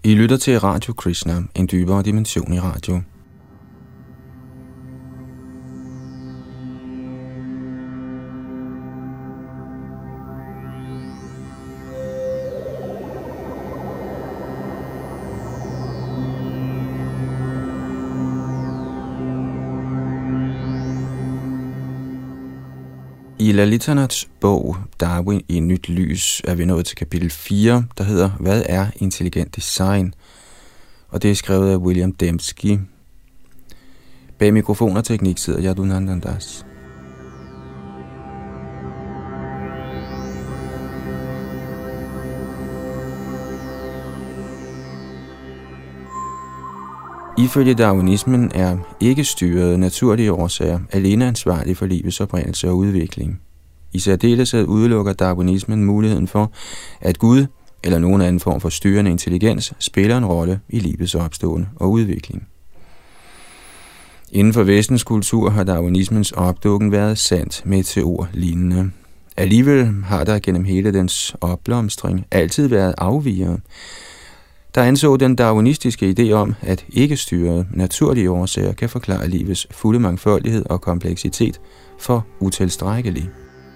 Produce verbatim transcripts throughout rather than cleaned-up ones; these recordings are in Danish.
I lytter til Radio Krishna, en dybere dimension i radio. I Lalitanats bog Darwin i nyt lys er vi nået til kapitel fire, der hedder Hvad er intelligent design? Og det er skrevet af William Dembski. Bag mikrofon og teknik sidder Yadunandan Das. Ifølge darwinismen er ikke-styrede naturlige årsager alene ansvarlige for livets oprindelse og udvikling. I særdeleshed udelukker darwinismen muligheden for, at Gud eller nogen anden form for styrende intelligens spiller en rolle i livets opståen og udvikling. Inden for vestens kultur har darwinismens opdukken været sandt meteor-lignende. Alligevel har der gennem hele dens opblomstring altid været afvigere, der anså den darwinistiske idé om, at ikke-styrede naturlige årsager kan forklare livets fulde mangfoldighed og kompleksitet for utilstrækkelig.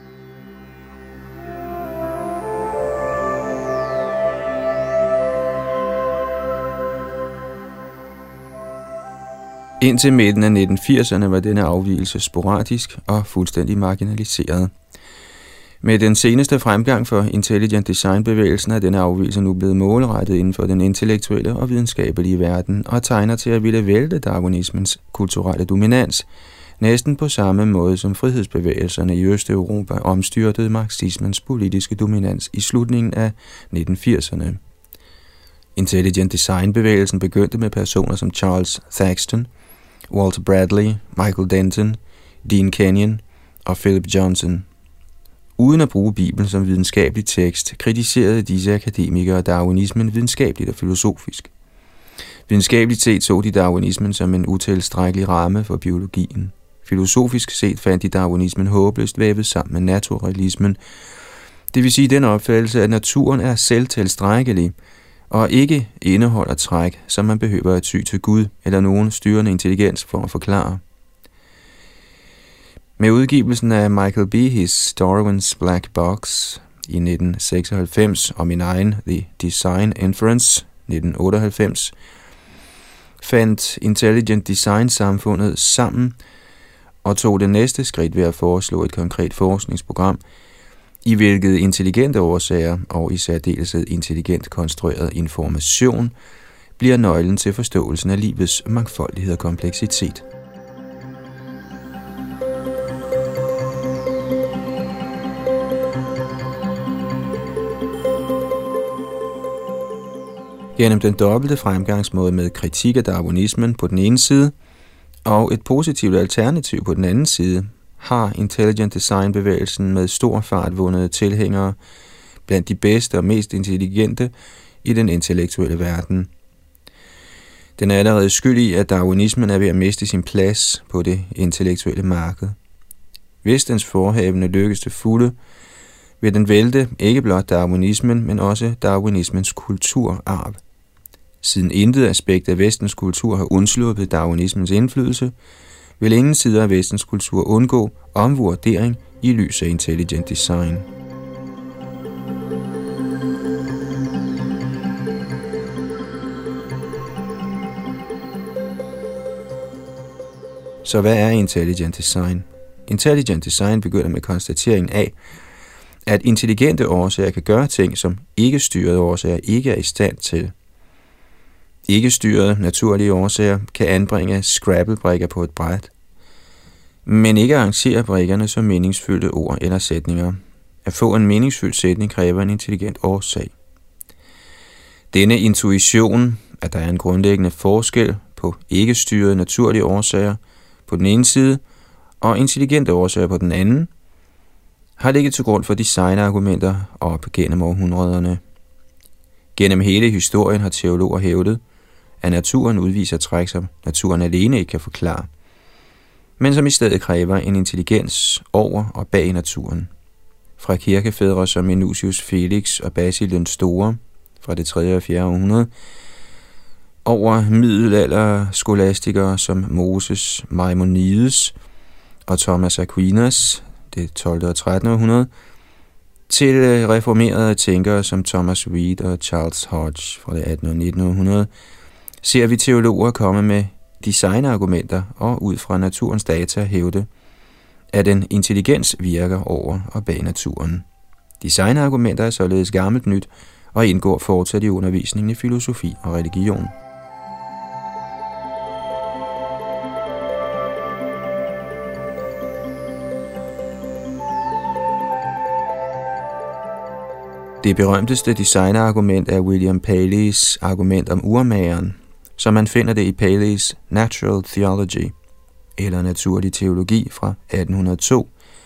Indtil midten af nitten firserne var denne afvigelse sporadisk og fuldstændig marginaliseret. Med den seneste fremgang for intelligent design-bevægelsen er denne afvigelse nu blevet målrettet inden for den intellektuelle og videnskabelige verden og tegner til at ville vælte darwinismens kulturelle dominans, næsten på samme måde som frihedsbevægelserne i Østeuropa omstyrtede marxismens politiske dominans i slutningen af nitten firserne. Intelligent design-bevægelsen begyndte med personer som Charles Thaxton, Walter Bradley, Michael Denton, Dean Kenyon og Philip Johnson. Uden at bruge Bibelen som videnskabelig tekst, kritiserede disse akademikere darwinismen videnskabeligt og filosofisk. Videnskabeligt set så de darwinismen som en utilstrækkelig ramme for biologien. Filosofisk set fandt de darwinismen håbløst vævet sammen med naturalismen, det vil sige den opfattelse, at naturen er selvtilstrækkelig og ikke indeholder træk, som man behøver at ty til Gud eller nogen styrende intelligens for at forklare. Med udgivelsen af Michael Behe's Darwin's Black Box i nitten seksoghalvfems og min egen The Design Inference nitten otteoghalvfems, fandt Intelligent Design-samfundet sammen og tog det næste skridt ved at foreslå et konkret forskningsprogram, i hvilket intelligente årsager og i særdeleshed intelligent konstrueret information bliver nøglen til forståelsen af livets mangfoldighed og kompleksitet. Gennem den dobbelte fremgangsmåde med kritik af darwinismen på den ene side og et positivt alternativ på den anden side, har intelligent design-bevægelsen med stor fart vundet tilhængere blandt de bedste og mest intelligente i den intellektuelle verden. Den er allerede skyld i, at darwinismen er ved at miste sin plads på det intellektuelle marked. Hvis dens forhavende lykkes til fulde, vil den vælte ikke blot darwinismen, men også darwinismens kulturarv. Siden intet aspekt af vestens kultur har undsluppet darwinismens indflydelse, vil ingen sider af vestens kultur undgå omvurdering i lys af intelligent design. Så hvad er intelligent design? Intelligent design begynder med konstateringen af, at intelligente årsager kan gøre ting, som ikke-styrede årsager ikke er i stand til. Ikke-styrede naturlige årsager kan anbringe Scrabble-brikker på et bræt, men ikke arrangere brikkerne som meningsfyldte ord eller sætninger. At få en meningsfyldt sætning kræver en intelligent årsag. Denne intuition, at der er en grundlæggende forskel på ikke-styrede naturlige årsager på den ene side og intelligente årsager på den anden, har ligget til grund for designargumenter op gennem århundrederne. Gennem hele historien har teologer hævdet, at naturen udviser træk, som naturen alene ikke kan forklare, men som i stedet kræver en intelligens over og bag naturen. Fra kirkefædre som Minucius Felix og Basil den Store fra det tredje og fjerde århundrede, over middelalder skolastikere som Moses Maimonides og Thomas Aquinas, det tolvte og trettende århundrede, til reformerede tænkere som Thomas Reid og Charles Hodge fra det attende og nittende århundrede, ser vi teologer komme med designargumenter og ud fra naturens data hævde, at en intelligens virker over og bag naturen. Designargumenter er således gammelt nyt og indgår fortsat i undervisningen i filosofi og religion. Det berømteste designargument er William Paleys argument om urmageren, som man finder det i Paleys Natural Theology, eller naturlig teologi fra atten hundrede og to.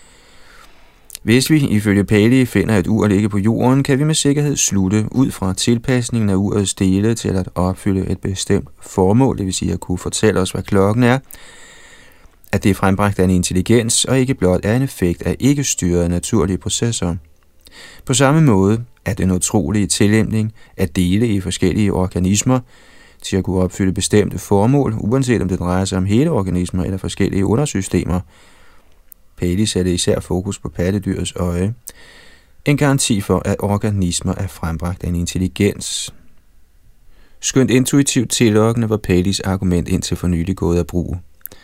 Hvis vi ifølge Paley finder et ur ligge på jorden, kan vi med sikkerhed slutte ud fra tilpasningen af urets dele til at opfylde et bestemt formål, det vil sige at kunne fortælle os, hvad klokken er, at det er frembragt af en intelligens og ikke blot er en effekt af ikke-styrede naturlige processer. På samme måde er den utrolige tillæmning af dele i forskellige organismer til at kunne opfylde bestemte formål, uanset om det drejer sig om hele organismer eller forskellige undersystemer. Paley satte især fokus på pattedyrets øje, en garanti for, at organismer er frembragt af en intelligens. Skønt intuitivt tillokkende var Paleys argument indtil for nylig gået af brug.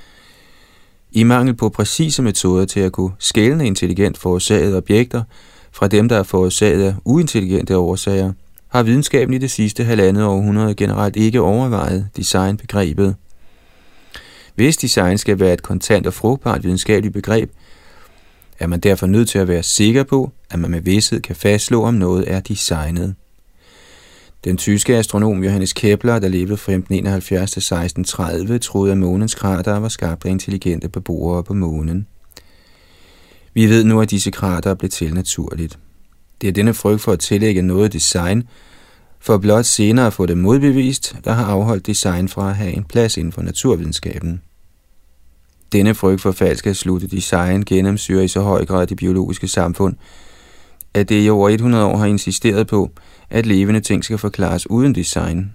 I mangel på præcise metoder til at kunne skelne intelligent forårsagede objekter fra dem, der er forårsaget af uintelligente årsager, har videnskaben i det sidste halvandet århundrede generelt ikke overvejet designbegrebet. Hvis design skal være et kontant og frugtbart videnskabeligt begreb, er man derfor nødt til at være sikker på, at man med vished kan fastslå, om noget er designet. Den tyske astronom Johannes Kepler, der levede femten enoghalvfjerds til seksten tredive, troede, at månens krater var skabt af intelligente beboere på månen. Vi ved nu, at disse krater blev til naturligt. Det er denne frygt for at tillægge noget design, for blot senere at få det modbevist, der har afholdt design fra at have en plads inden for naturvidenskaben. Denne frygt for falsk at slutte design gennemsyrer i så høj grad det biologiske samfund, at det i over hundrede år har insisteret på, at levende ting skal forklares uden design.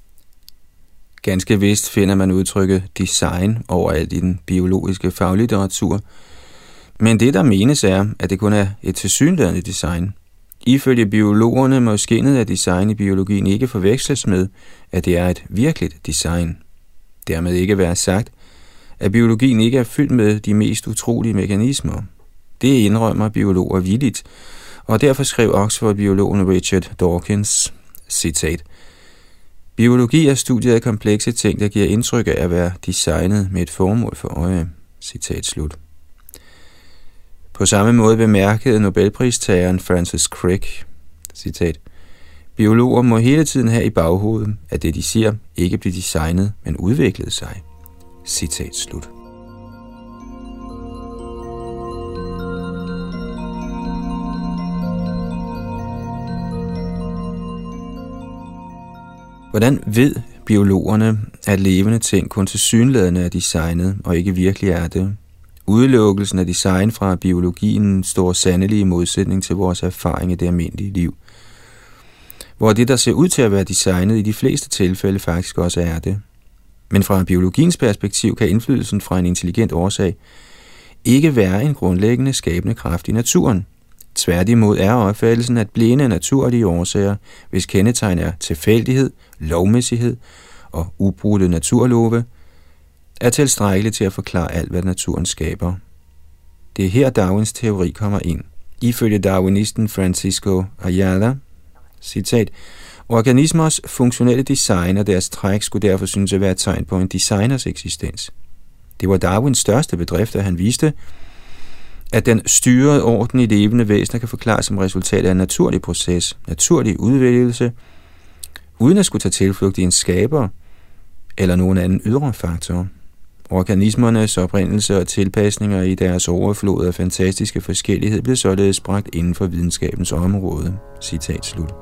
Ganske vist finder man udtrykket design overalt i den biologiske faglitteratur, men det, der menes, er, at det kun er et tilsyneladende design. Ifølge biologerne må skinnet af design i biologien ikke forveksles med, at det er et virkeligt design. Dermed ikke være sagt, at biologien ikke er fyldt med de mest utrolige mekanismer. Det indrømmer biologer villigt, og derfor skrev Oxford-biologen Richard Dawkins, citat, "Biologi er studiet af komplekse ting, der giver indtryk af at være designet med et formål for øje." Citat slut. På samme måde bemærkede Nobelpristageren Francis Crick, citat, "Biologer må hele tiden have i baghovedet, at det de siger ikke bliver designet, men udviklet sig." Citat slut. Hvordan ved biologerne, at levende ting kun tilsyneladende er designet og ikke virkelig er det? Udelukkelsen af design fra biologien står sandelig i modsætning til vores erfaring i det almindelige liv, hvor det, der ser ud til at være designet, i de fleste tilfælde faktisk også er det. Men fra biologiens perspektiv kan indflydelsen fra en intelligent årsag ikke være en grundlæggende skabende kraft i naturen. Tværtimod er opfattelsen, at blinde naturlige årsager, hvis kendetegn er tilfældighed, lovmæssighed og ubrudte naturlove, er tilstrækkeligt til at forklare alt, hvad naturen skaber. Det er her Darwins teori kommer ind. Ifølge darwinisten Francisco Ayala, citat, "Organismers funktionelle design og deres træk skulle derfor synes at være et tegn på en designers eksistens." Det var Darwins største bedrift, at han viste, at den styrede orden i levende væsener kan forklares som resultat af en naturlig proces, naturlig udvælgelse, uden at skulle tage tilflugt i en skaber eller nogen anden ydre faktor. Organismernes oprindelse og tilpasninger i deres overflod af fantastiske forskellighed blev således bragt inden for videnskabens område. Citat slut.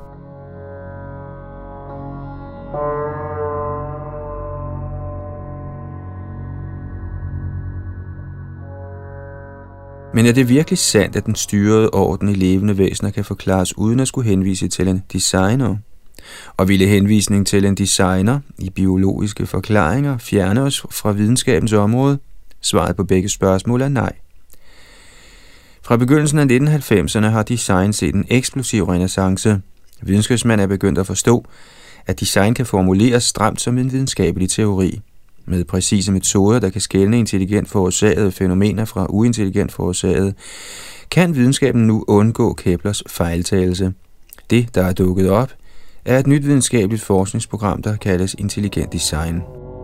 Men er det virkelig sandt, at den styrede orden i levende væsener kan forklares uden at skulle henvise til en designer? Og ville henvisning til en designer i biologiske forklaringer fjerne os fra videnskabens område? Svaret på begge spørgsmål er nej. Fra begyndelsen af nitten halvfemserne har design set en eksplosiv renæssance. Videnskabsmænd er begyndt at forstå, at design kan formuleres stramt som en videnskabelig teori. Med præcise metoder, der kan skelne intelligent forårsagede fænomener fra uintelligent forårsagede, kan videnskaben nu undgå Keplers fejltagelse. Det, der er dukket op, er et nyt videnskabeligt forskningsprogram, der kaldes intelligent design.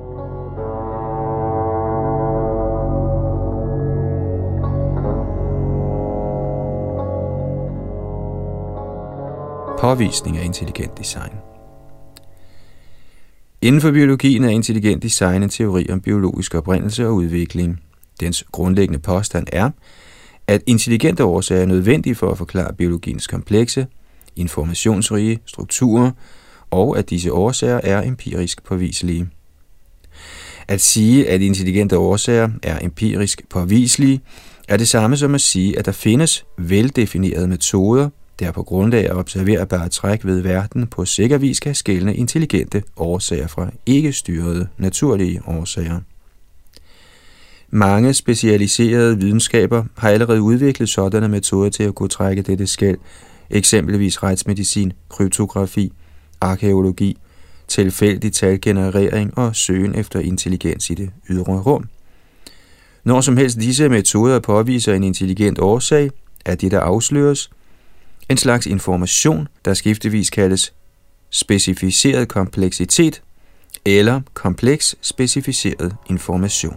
Påvisning af intelligent design. Inden for biologien er intelligent design en teori om biologisk oprindelse og udvikling. Dens grundlæggende påstand er, at intelligente årsager er nødvendige for at forklare biologiens komplekse, informationsrige strukturer, og at disse årsager er empirisk påviselige. At sige, at intelligente årsager er empirisk påviselige, er det samme som at sige, at der findes veldefinerede metoder, der på grundlag af observerbare træk ved verden på sikker vis kan skelne intelligente årsager fra ikke-styrede naturlige årsager. Mange specialiserede videnskaber har allerede udviklet sådanne metoder til at kunne trække dette skel, eksempelvis retsmedicin, kryptografi, arkæologi, tilfældig talgenerering og søgen efter intelligens i det ydre rum. Når som helst disse metoder påviser en intelligent årsag, er det, der afsløres, en slags information, der skiftevis kaldes specificeret kompleksitet eller kompleks specificeret information.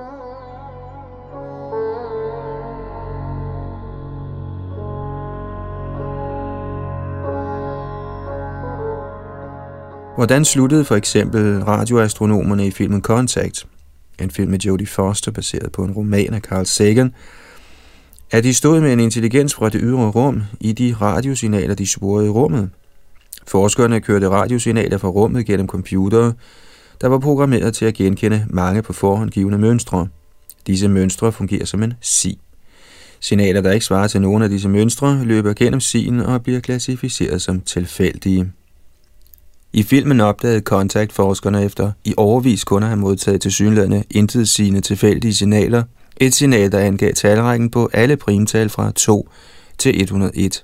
Hvordan sluttede for eksempel radioastronomerne i filmen Contact, en film med Jodie Foster baseret på en roman af Carl Sagan, at de stod med en intelligens fra det ydre rum i de radiosignaler, de sporede i rummet. Forskerne kørte radiosignaler fra rummet gennem computere, der var programmeret til at genkende mange på forhånd givne mønstre. Disse mønstre fungerer som en si. Signaler, der ikke svarer til nogen af disse mønstre, løber gennem sien og bliver klassificeret som tilfældige. I filmen opdagede Contact-forskerne efter i årevis kun at have modtaget tilsyneladende intetsigende tilfældige signaler, et signal, der angav talrækken på alle primtal fra to til et hundrede og en.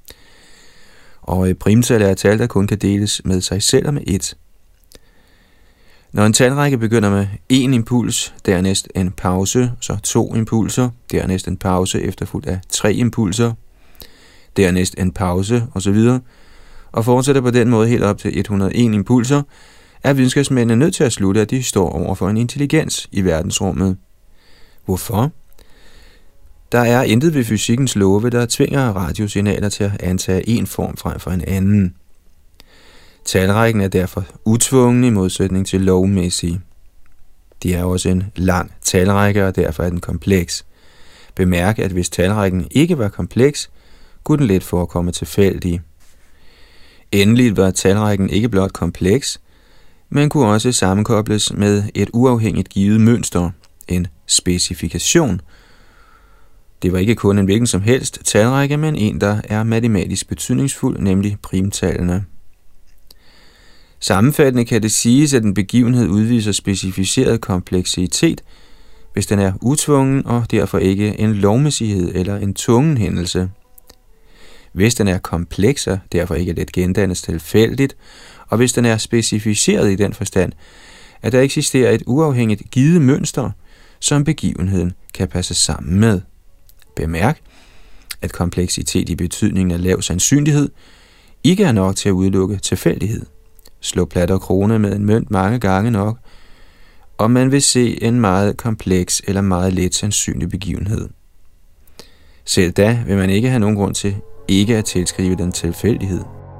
Og primtal er tal, der kun kan deles med sig selv og med et. Når en talrække begynder med en impuls, dernæst en pause, så to impulser, dernæst en pause efterfulgt af tre impulser, dernæst en pause osv., og fortsætter på den måde helt op til et hundrede og en impulser, er videnskabsmændene nødt til at slutte, at de står over for en intelligens i verdensrummet. Hvorfor? Der er intet ved fysikkens love, der tvinger radiosignaler til at antage en form frem for en anden. Talrækken er derfor utvungen i modsætning til lovmæssig. Det er også en lang talrække, og derfor er den kompleks. Bemærk, at hvis talrækken ikke var kompleks, kunne den let forekomme tilfældig. Endelig var talrækken ikke blot kompleks, men kunne også sammenkobles med et uafhængigt givet mønster, en specifikation. Det var ikke kun en hvilken som helst talrække, men en, der er matematisk betydningsfuld, nemlig primtallene. Sammenfattende kan det siges, at en begivenhed udviser specificeret kompleksitet, hvis den er utvungen og derfor ikke en lovmæssighed eller en tvungen hændelse. Hvis den er kompleks og derfor ikke let gendannes tilfældigt, og hvis den er specificeret i den forstand, at der eksisterer et uafhængigt givet mønster, som begivenheden kan passe sammen med. Bemærk, at kompleksitet i betydningen af lav sandsynlighed ikke er nok til at udelukke tilfældighed. Slå plat og krone med en mønt mange gange nok, og man vil se en meget kompleks eller meget let sandsynlig begivenhed. Selv da vil man ikke have nogen grund til ikke at tilskrive den tilfældighed.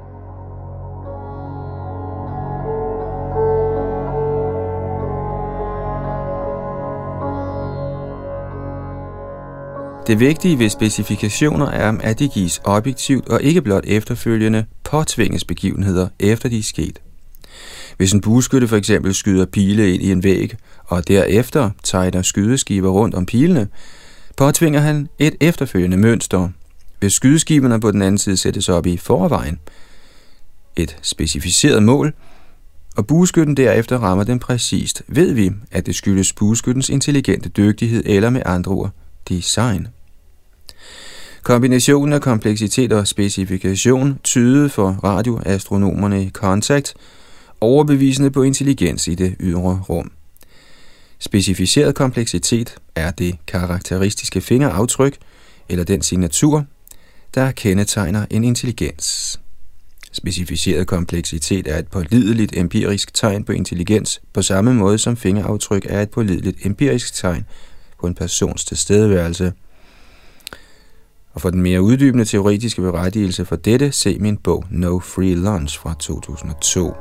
Det vigtige ved specifikationer er, at de gives objektivt og ikke blot efterfølgende påtvinges begivenheder efter de er sket. Hvis en bueskytte for eksempel skyder pile ind i en væg, og derefter tegner skydeskiver rundt om pilene, påtvinger han et efterfølgende mønster. Hvis skydeskiberne på den anden side sættes op i forvejen, et specificeret mål, og bueskytten derefter rammer den præcist, ved vi, at det skyldes bueskyttens intelligente dygtighed eller med andre ord design. Kombinationen af kompleksitet og specifikation tydede for radioastronomerne i Contact overbevisende på intelligens i det ydre rum. Specificeret kompleksitet er det karakteristiske fingeraftryk eller den signatur, der kendetegner en intelligens. Specificeret kompleksitet er et pålideligt empirisk tegn på intelligens, på samme måde som fingeraftryk er et pålideligt empirisk tegn på en persons tilstedeværelse. Og for den mere uddybende teoretiske berettigelse for dette, se min bog No Free Lunch fra to tusind og to.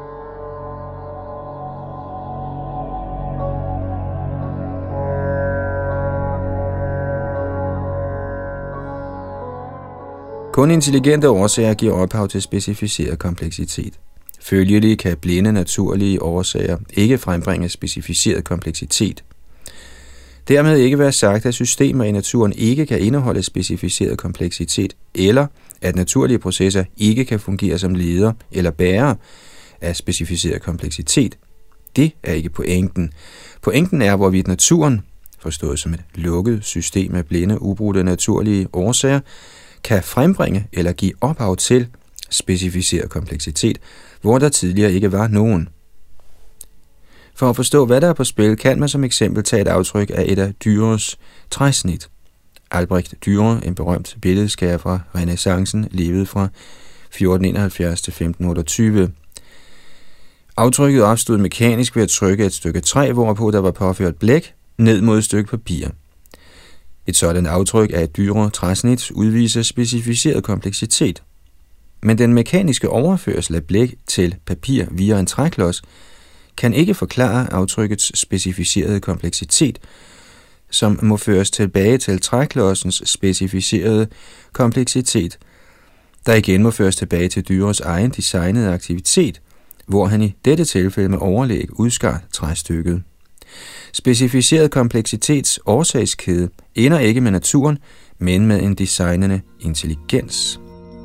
Kun intelligente årsager giver ophav til specificeret kompleksitet. Følgelig kan blinde naturlige årsager ikke frembringe specificeret kompleksitet. Dermed ikke være sagt, at systemer i naturen ikke kan indeholde specificeret kompleksitet, eller at naturlige processer ikke kan fungere som leder eller bærer af specificeret kompleksitet. Det er ikke pointen. Pointen er, hvorvidt naturen, forstået som et lukket system af blinde, ubrudte naturlige årsager, kan frembringe eller give ophav til specificeret kompleksitet, hvor der tidligere ikke var nogen. For at forstå, hvad der er på spil, kan man som eksempel tage et aftryk af et af Dürers træsnit. Albrecht Dürer, en berømt billedskærer fra renæssancen, levede fra fjorten enoghalvfjerds til femten otteogtyve. Aftrykket opstod mekanisk ved at trykke et stykke træ, hvorpå der var påført blæk, ned mod et stykke papir. Et sådan aftryk af et Dürer træsnit udviser specificeret kompleksitet. Men den mekaniske overførsel af blæk til papir via en træklods kan ikke forklare aftrykkets specificerede kompleksitet, som må føres tilbage til træklodsens specificerede kompleksitet, der igen må føres tilbage til Dürers egen designede aktivitet, hvor han i dette tilfælde med overlæg udskar træstykket. Specificeret kompleksitets årsagskæde ender ikke med naturen, men med en designende intelligens.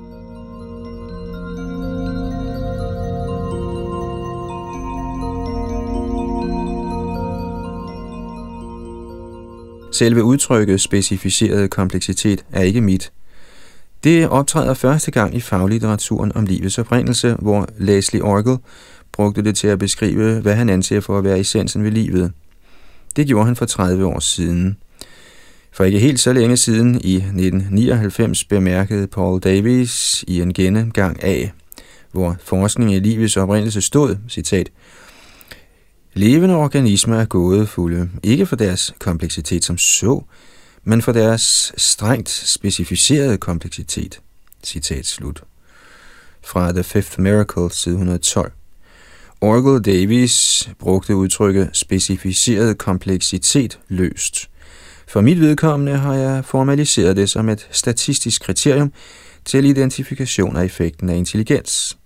Selve udtrykket specificeret kompleksitet er ikke mit. Det optræder første gang i faglitteraturen om livets oprindelse, hvor Leslie Orgel brugte det til at beskrive, hvad han anser for at være essensen ved livet. Det gjorde han for tredive år siden. For ikke helt så længe siden, i nitten nioghalvfems, bemærkede Paul Davies i en gennemgang af, hvor forskning i livets oprindelse stod, citat, levende organismer er gådefulde, ikke for deres kompleksitet som så, men for deres strengt specificerede kompleksitet. Citat slut. Fra The Fifth Miracle, side et hundrede og tolv. Orgel Davies brugte udtrykket specificeret kompleksitet løst. For mit vedkommende har jeg formaliseret det som et statistisk kriterium til identifikation af effekten af intelligens.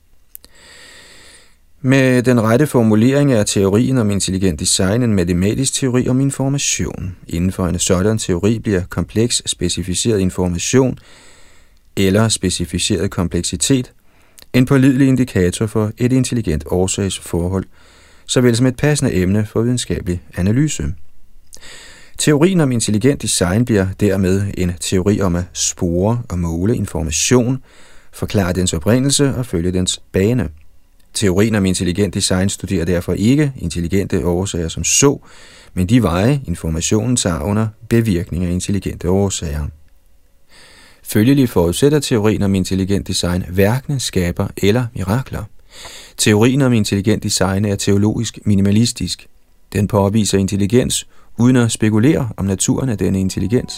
Med den rette formulering er teorien om intelligent design en matematisk teori om information. Inden for en sådan teori bliver kompleks specificeret information eller specificeret kompleksitet en pålidelig indikator for et intelligent årsagsforhold, såvel som et passende emne for videnskabelig analyse. Teorien om intelligent design bliver dermed en teori om at spore og måle information, forklare dens oprindelse og følge dens bane. Teorien om intelligent design studerer derfor ikke intelligente årsager som så, men de veje, informationen tager under bevirkning af intelligente årsager. Følgelig forudsætter teorien om intelligent design hverken skaber eller mirakler. Teorien om intelligent design er teologisk minimalistisk. Den påviser intelligens uden at spekulere om naturen af denne intelligens.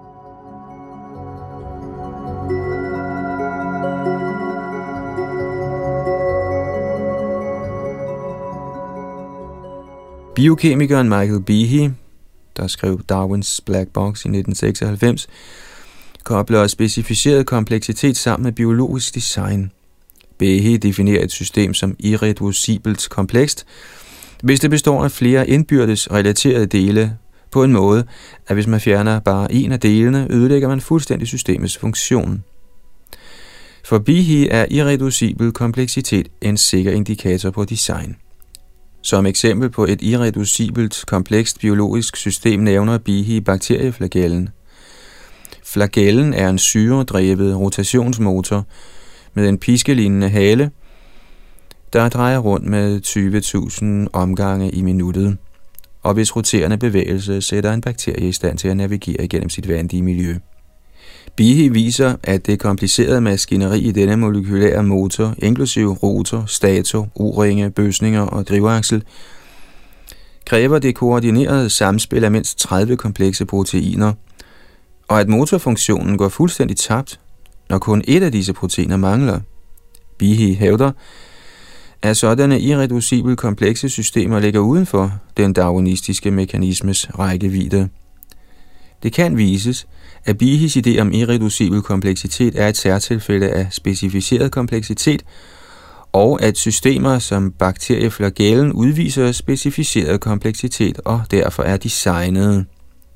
Biokemikeren Michael Behe, der skrev Darwins Black Box i nitten seksoghalvfems, kobler specificeret kompleksitet sammen med biologisk design. Behe definerer et system som irreducibelt komplekst, hvis det består af flere indbyrdes relaterede dele på en måde, at hvis man fjerner bare en af delene, ødelægger man fuldstændig systemets funktion. For Behe er irreducibel kompleksitet en sikker indikator på design. Som eksempel på et irreducibelt komplekst biologisk system nævner Behe bakterieflagellen. Flagellen er en syredrevet rotationsmotor med en piskelignende hale, der drejer rundt med tyve tusind omgange i minuttet, og hvis roterende bevægelse sætter en bakterie i stand til at navigere igennem sit vandige miljø. Behe viser, at det komplicerede maskineri i denne molekylære motor, inklusive rotor, stator, o-ringe, bøsninger og drivaksel, kræver det koordinerede samspil af mindst tredive komplekse proteiner, og at motorfunktionen går fuldstændig tabt, når kun et af disse proteiner mangler. Behe hævder, at sådanne irreducibel komplekse systemer ligger uden for den darwinistiske mekanismes rækkevidde. Det kan vises, at Behes idé om irreducibel kompleksitet er et særtilfælde af specificeret kompleksitet, og at systemer som bakterieflagellen udviser specificeret kompleksitet og derfor er designede.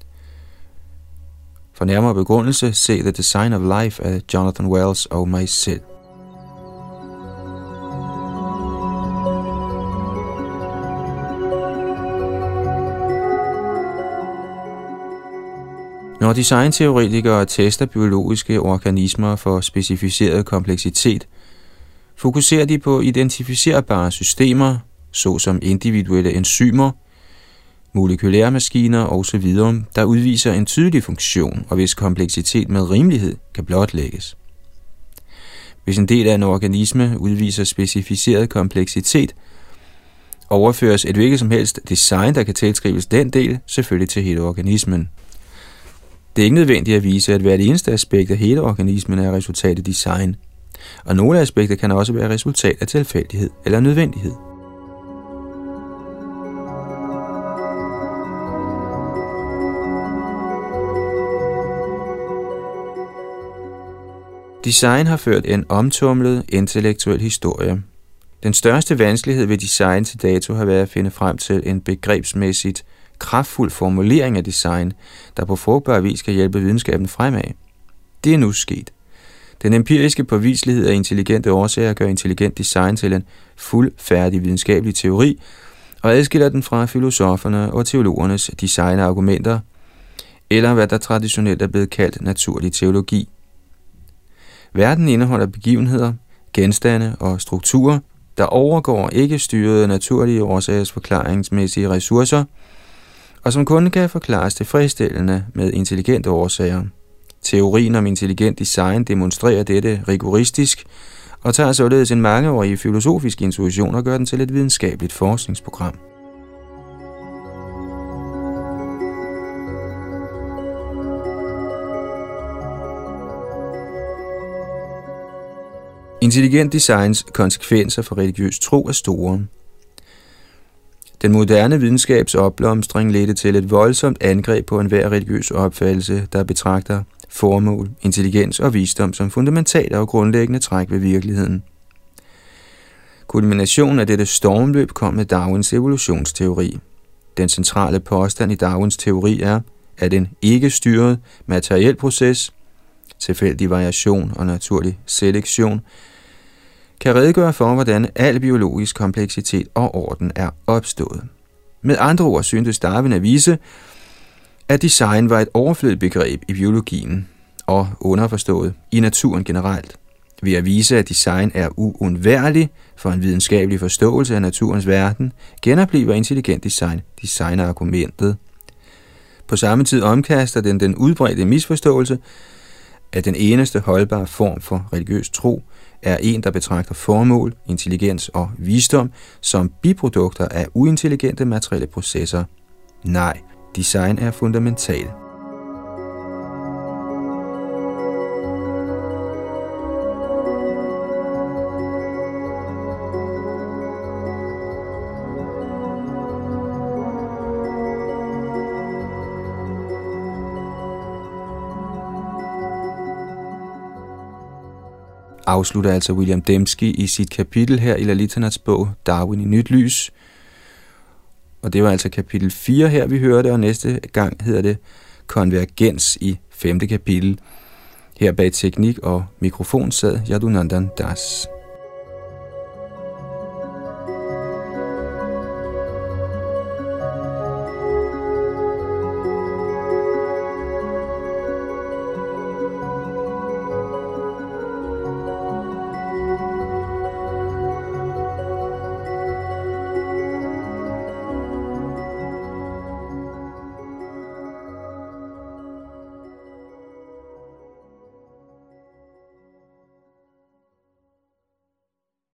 For nærmere begrundelse, se The Design of Life af Jonathan Wells og Maisel. Når designteoretikere tester biologiske organismer for specificeret kompleksitet, fokuserer de på identificerbare systemer, såsom individuelle enzymer, molekylære maskiner osv., der udviser en tydelig funktion, og hvis kompleksitet med rimelighed kan blotlægges. Hvis en del af en organisme udviser specificeret kompleksitet, overføres et hvilket som helst design, der kan tilskrives den del, selvfølgelig til hele organismen. Det er ikke nødvendigt at vise, at hvert eneste aspekt af hele organismen er resultat af design, og nogle aspekter kan også være resultat af tilfældighed eller nødvendighed. Design har ført en omtumlet intellektuel historie. Den største vanskelighed ved design til dato har været at finde frem til en begrebsmæssigt kraftfuld formulering af design, der på frugtbar vis kan hjælpe videnskaben fremad. Det er nu sket. Den empiriske påviselighed af intelligente årsager gør intelligent design til en fuldfærdig videnskabelig teori, og adskiller den fra filosoferne og teologernes designargumenter, eller hvad der traditionelt er blevet kaldt naturlig teologi. Verden indeholder begivenheder, genstande og strukturer, der overgår ikke styrede naturlige årsagers forklaringsmæssige ressourcer, og som kun kan forklares tilfredsstillende med intelligente årsager. Teorien om intelligent design demonstrerer dette rigoristisk, og tager således en mangeårig filosofisk intuition og gør den til et videnskabeligt forskningsprogram. Intelligent designs konsekvenser for religiøs tro er store. Den moderne videnskabs opblomstring ledte til et voldsomt angreb på enhver religiøs opfattelse, der betragter formål, intelligens og visdom som fundamentale og grundlæggende træk ved virkeligheden. Kulminationen af dette stormløb kom med Darwins evolutionsteori. Den centrale påstand i Darwins teori er, at en ikke-styret materiel proces, tilfældig variation og naturlig selektion, kan redegøre for, hvordan al biologisk kompleksitet og orden er opstået. Med andre ord syntes Darwin at vise, at design var et overflødigt begreb i biologien, og underforstået i naturen generelt. Ved at vise, at design er uundværlig for en videnskabelig forståelse af naturens verden, genopliver intelligent design designargumentet. På samme tid omkaster den den udbredte misforståelse, at den eneste holdbare form for religiøs tro er en, der betragter formål, intelligens og visdom som biprodukter af uintelligente materielle processer. Nej, design er fundamental. Afslutter altså William Dembski i sit kapitel her i Lalitanats bog Darwin i nyt lys. Og det var altså kapitel fire her, vi hørte, og næste gang hedder det Konvergens i femte kapitel. Her bag teknik og mikrofon sad Yadunandan Das.